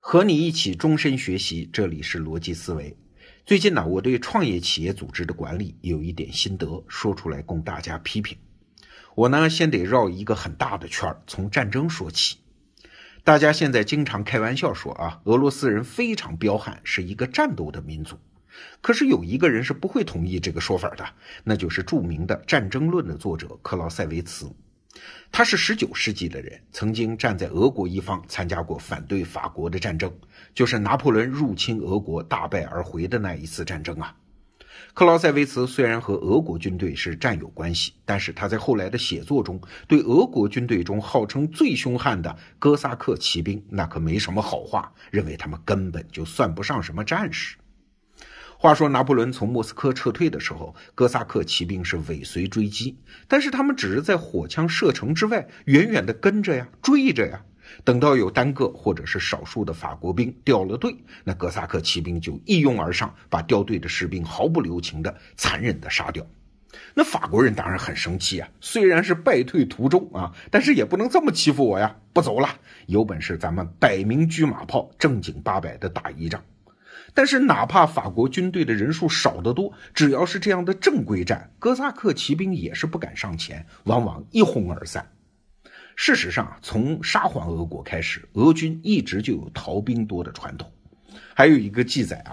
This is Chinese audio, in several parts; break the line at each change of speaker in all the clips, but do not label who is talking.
和你一起终身学习，这里是逻辑思维。最近呢，我对创业企业组织的管理有一点心得，说出来供大家批评。我呢，先得绕一个很大的圈，从战争说起。大家现在经常开玩笑说俄罗斯人非常彪悍，是一个战斗的民族。可是有一个人是不会同意这个说法的，那就是著名的《战争论》的作者克劳塞维茨。他是19世纪的人，曾经站在俄国一方参加过反对法国的战争，就是拿破仑入侵俄国大败而回的那一次战争啊。克劳塞维茨虽然和俄国军队是战友关系，但是他在后来的写作中对俄国军队中号称最凶悍的哥萨克骑兵那可没什么好话，认为他们根本就算不上什么战士。话说拿破仑从莫斯科撤退的时候，哥萨克骑兵是尾随追击，但是他们只是在火枪射程之外远远地跟着呀，追着呀。等到有单个或者是少数的法国兵掉了队，那哥萨克骑兵就一拥而上，把掉队的士兵毫不留情地残忍地杀掉。那法国人当然很生气啊，虽然是败退途中但是也不能这么欺负我呀，不走了，有本事咱们100名车马炮正经八百的打一仗。但是哪怕法国军队的人数少得多，只要是这样的正规战，哥萨克骑兵也是不敢上前，往往一哄而散。事实上，从沙皇俄国开始，俄军一直就有逃兵多的传统。还有一个记载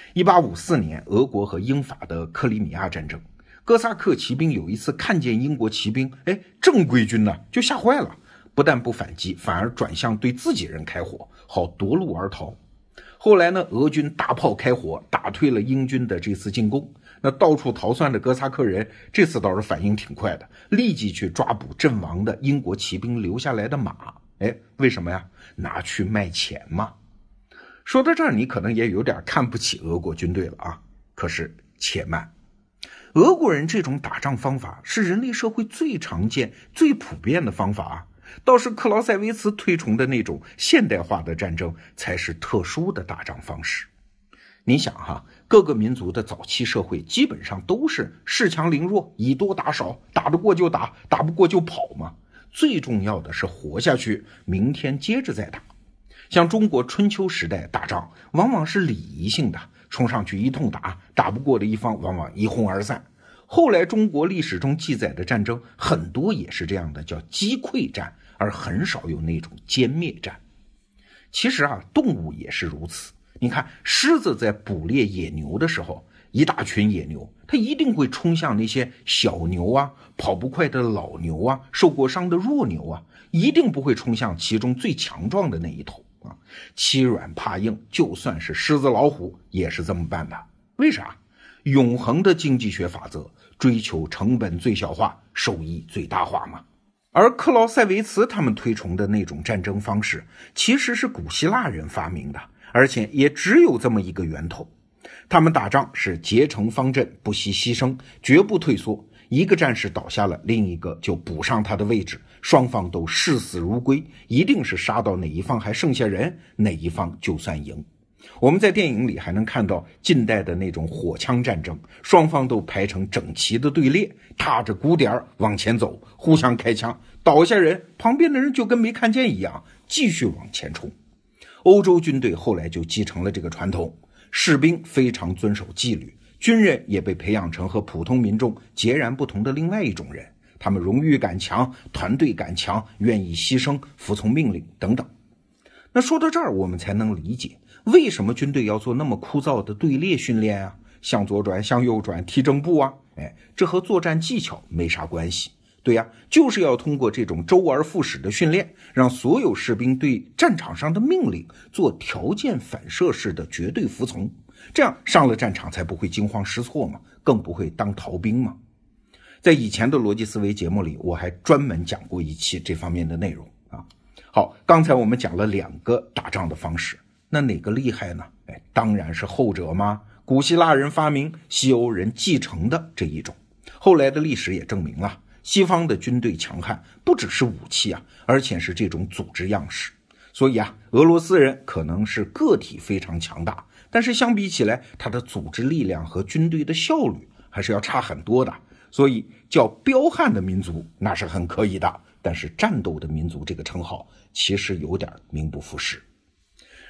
1854年俄国和英法的克里米亚战争，哥萨克骑兵有一次看见英国骑兵，正规军呢就吓坏了，不但不反击，反而转向对自己人开火，好夺路而逃。后来呢，俄军大炮开火，打退了英军的这次进攻。那到处逃窜的哥萨克人这次倒是反应挺快的，立即去抓捕阵亡的英国骑兵留下来的马。为什么呀？拿去卖钱嘛。说到这儿，你可能也有点看不起俄国军队了可是且慢，俄国人这种打仗方法是人类社会最常见、最普遍的方法倒是克劳塞维茨推崇的那种现代化的战争才是特殊的打仗方式。你想各个民族的早期社会基本上都是恃强凌弱，以多打少，打得过就打，打不过就跑嘛。最重要的是活下去，明天接着再打。像中国春秋时代打仗往往是礼仪性的，冲上去一通打，打不过的一方往往一哄而散。后来中国历史中记载的战争很多也是这样的，叫击溃战，而很少有那种歼灭战。其实动物也是如此。你看狮子在捕猎野牛的时候，一大群野牛，它一定会冲向那些小牛跑不快的老牛受过伤的弱牛一定不会冲向其中最强壮的那一头欺软怕硬，就算是狮子老虎也是这么办的。为啥？永恒的经济学法则，追求成本最小化，收益最大化嘛。而克劳塞维茨他们推崇的那种战争方式，其实是古希腊人发明的，而且也只有这么一个源头。他们打仗是结成方阵，不惜牺牲，绝不退缩。一个战士倒下了，另一个就补上他的位置，双方都视死如归，一定是杀到哪一方还剩下人，哪一方就算赢。我们在电影里还能看到近代的那种火枪战争，双方都排成整齐的队列，踏着鼓点往前走，互相开枪，倒下人，旁边的人就跟没看见一样，继续往前冲。欧洲军队后来就继承了这个传统，士兵非常遵守纪律，军人也被培养成和普通民众截然不同的另外一种人，他们荣誉感强，团队感强，愿意牺牲，服从命令等等。那说到这儿，我们才能理解为什么军队要做那么枯燥的队列训练向左转，向右转，踢正步这和作战技巧没啥关系。对就是要通过这种周而复始的训练，让所有士兵对战场上的命令做条件反射式的绝对服从，这样上了战场才不会惊慌失措嘛，更不会当逃兵嘛。在以前的逻辑思维节目里，我还专门讲过一期这方面的内容好，刚才我们讲了2个打仗的方式，那哪个厉害呢？当然是后者嘛，古希腊人发明，西欧人继承的这一种。后来的历史也证明了，西方的军队强悍不只是武器而且是这种组织样式。所以俄罗斯人可能是个体非常强大，但是相比起来，他的组织力量和军队的效率还是要差很多的。所以叫彪悍的民族那是很可以的，但是战斗的民族这个称号其实有点名不副实。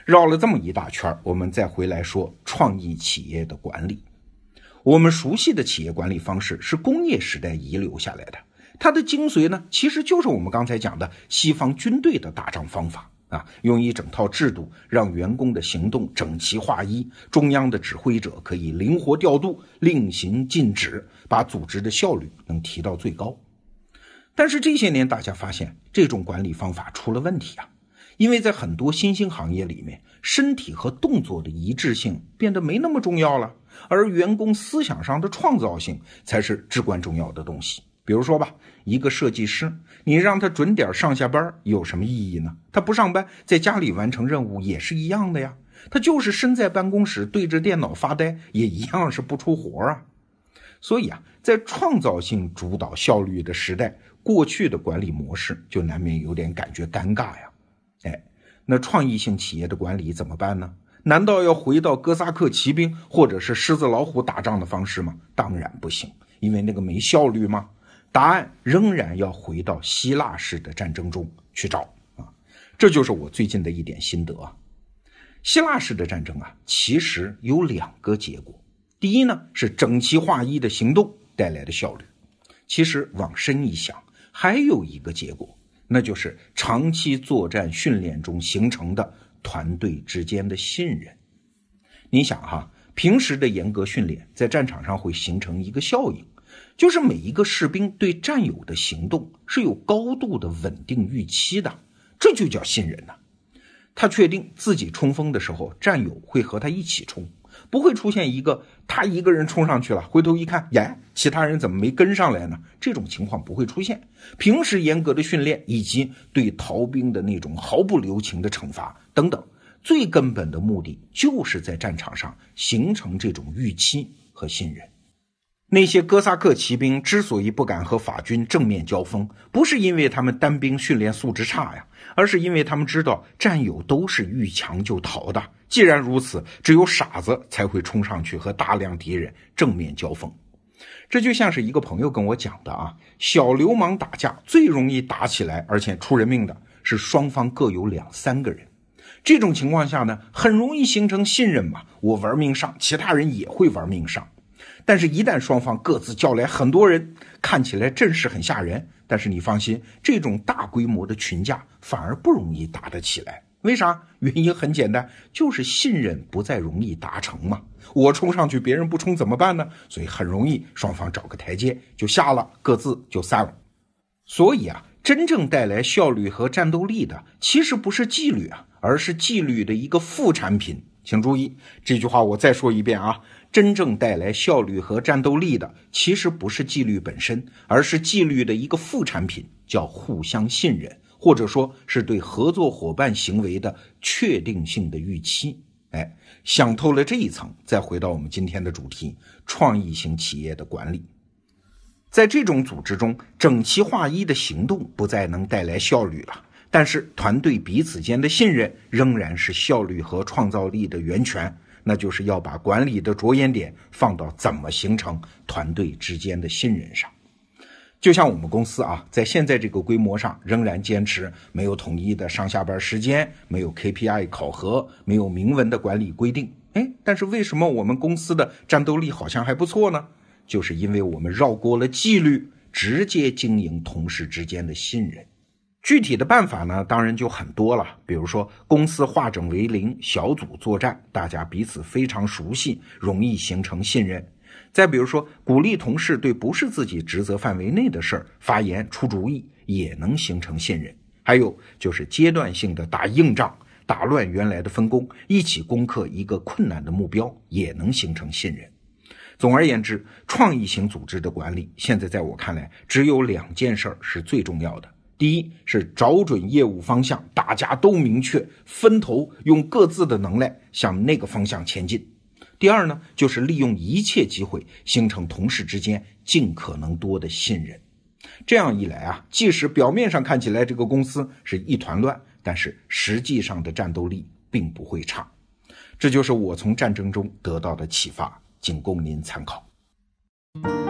绕了这么一大圈，我们再回来说创意企业的管理。我们熟悉的企业管理方式是工业时代遗留下来的，它的精髓呢，其实就是我们刚才讲的西方军队的打仗方法啊，用一整套制度让员工的行动整齐划一，中央的指挥者可以灵活调度，令行禁止，把组织的效率能提到最高。但是这些年大家发现这种管理方法出了问题啊，因为在很多新兴行业里面，身体和动作的一致性变得没那么重要了，而员工思想上的创造性才是至关重要的东西。比如说吧，一个设计师，你让他准点上下班有什么意义呢？他不上班，在家里完成任务也是一样的呀。他就是身在办公室对着电脑发呆，也一样是不出活啊。所以啊，在创造性主导效率的时代，过去的管理模式就难免有点感觉尴尬呀。那创意性企业的管理怎么办呢？难道要回到哥萨克骑兵或者是狮子老虎打仗的方式吗？当然不行，因为那个没效率吗？答案仍然要回到希腊式的战争中去找啊。这就是我最近的一点心得啊。希腊式的战争啊，其实有2个结果。第一呢，是整齐划一的行动带来的效率。其实往深一想，还有一个结果，那就是长期作战训练中形成的团队之间的信任。你想哈，平时的严格训练在战场上会形成一个效应，就是每一个士兵对战友的行动是有高度的稳定预期的，这就叫信任呐。他确定自己冲锋的时候，战友会和他一起冲，不会出现一个他一个人冲上去了，回头一看，其他人怎么没跟上来呢？这种情况不会出现。平时严格的训练以及对逃兵的那种毫不留情的惩罚等等，最根本的目的就是在战场上形成这种预期和信任。那些哥萨克骑兵之所以不敢和法军正面交锋，不是因为他们单兵训练素质差呀，而是因为他们知道战友都是遇强就逃的。既然如此，只有傻子才会冲上去和大量敌人正面交锋。这就像是一个朋友跟我讲的啊，小流氓打架最容易打起来而且出人命的是双方各有2-3个人。这种情况下呢，很容易形成信任嘛，我玩命上，其他人也会玩命上。但是一旦双方各自叫来很多人，看起来阵势很吓人，但是你放心，这种大规模的群架反而不容易打得起来。为啥？原因很简单，就是信任不再容易达成嘛。我冲上去，别人不冲怎么办呢？所以很容易双方找个台阶就下了，各自就散了。所以啊，真正带来效率和战斗力的其实不是纪律啊，而是纪律的一个副产品。请注意这句话，我再说一遍啊，真正带来效率和战斗力的其实不是纪律本身，而是纪律的一个副产品，叫互相信任，或者说是对合作伙伴行为的确定性的预期。想透了这一层，再回到我们今天的主题，创意型企业的管理。在这种组织中，整齐划一的行动不再能带来效率了，但是团队彼此间的信任仍然是效率和创造力的源泉，那就是要把管理的着眼点放到怎么形成团队之间的信任上。就像我们公司啊，在现在这个规模上仍然坚持没有统一的上下班时间，没有 KPI 考核，没有明文的管理规定。但是为什么我们公司的战斗力好像还不错呢？就是因为我们绕过了纪律，直接经营同事之间的信任。具体的办法呢，当然就很多了，比如说公司化整为零，小组作战，大家彼此非常熟悉，容易形成信任。再比如说鼓励同事对不是自己职责范围内的事儿发言出主意，也能形成信任。还有就是阶段性的打硬仗，打乱原来的分工，一起攻克一个困难的目标，也能形成信任。总而言之，创意型组织的管理现在在我看来只有2件事是最重要的。第一是找准业务方向，大家都明确，分头用各自的能耐向那个方向前进。第二呢，就是利用一切机会形成同事之间尽可能多的信任。这样一来啊，即使表面上看起来这个公司是一团乱，但是实际上的战斗力并不会差。这就是我从战争中得到的启发，仅供您参考。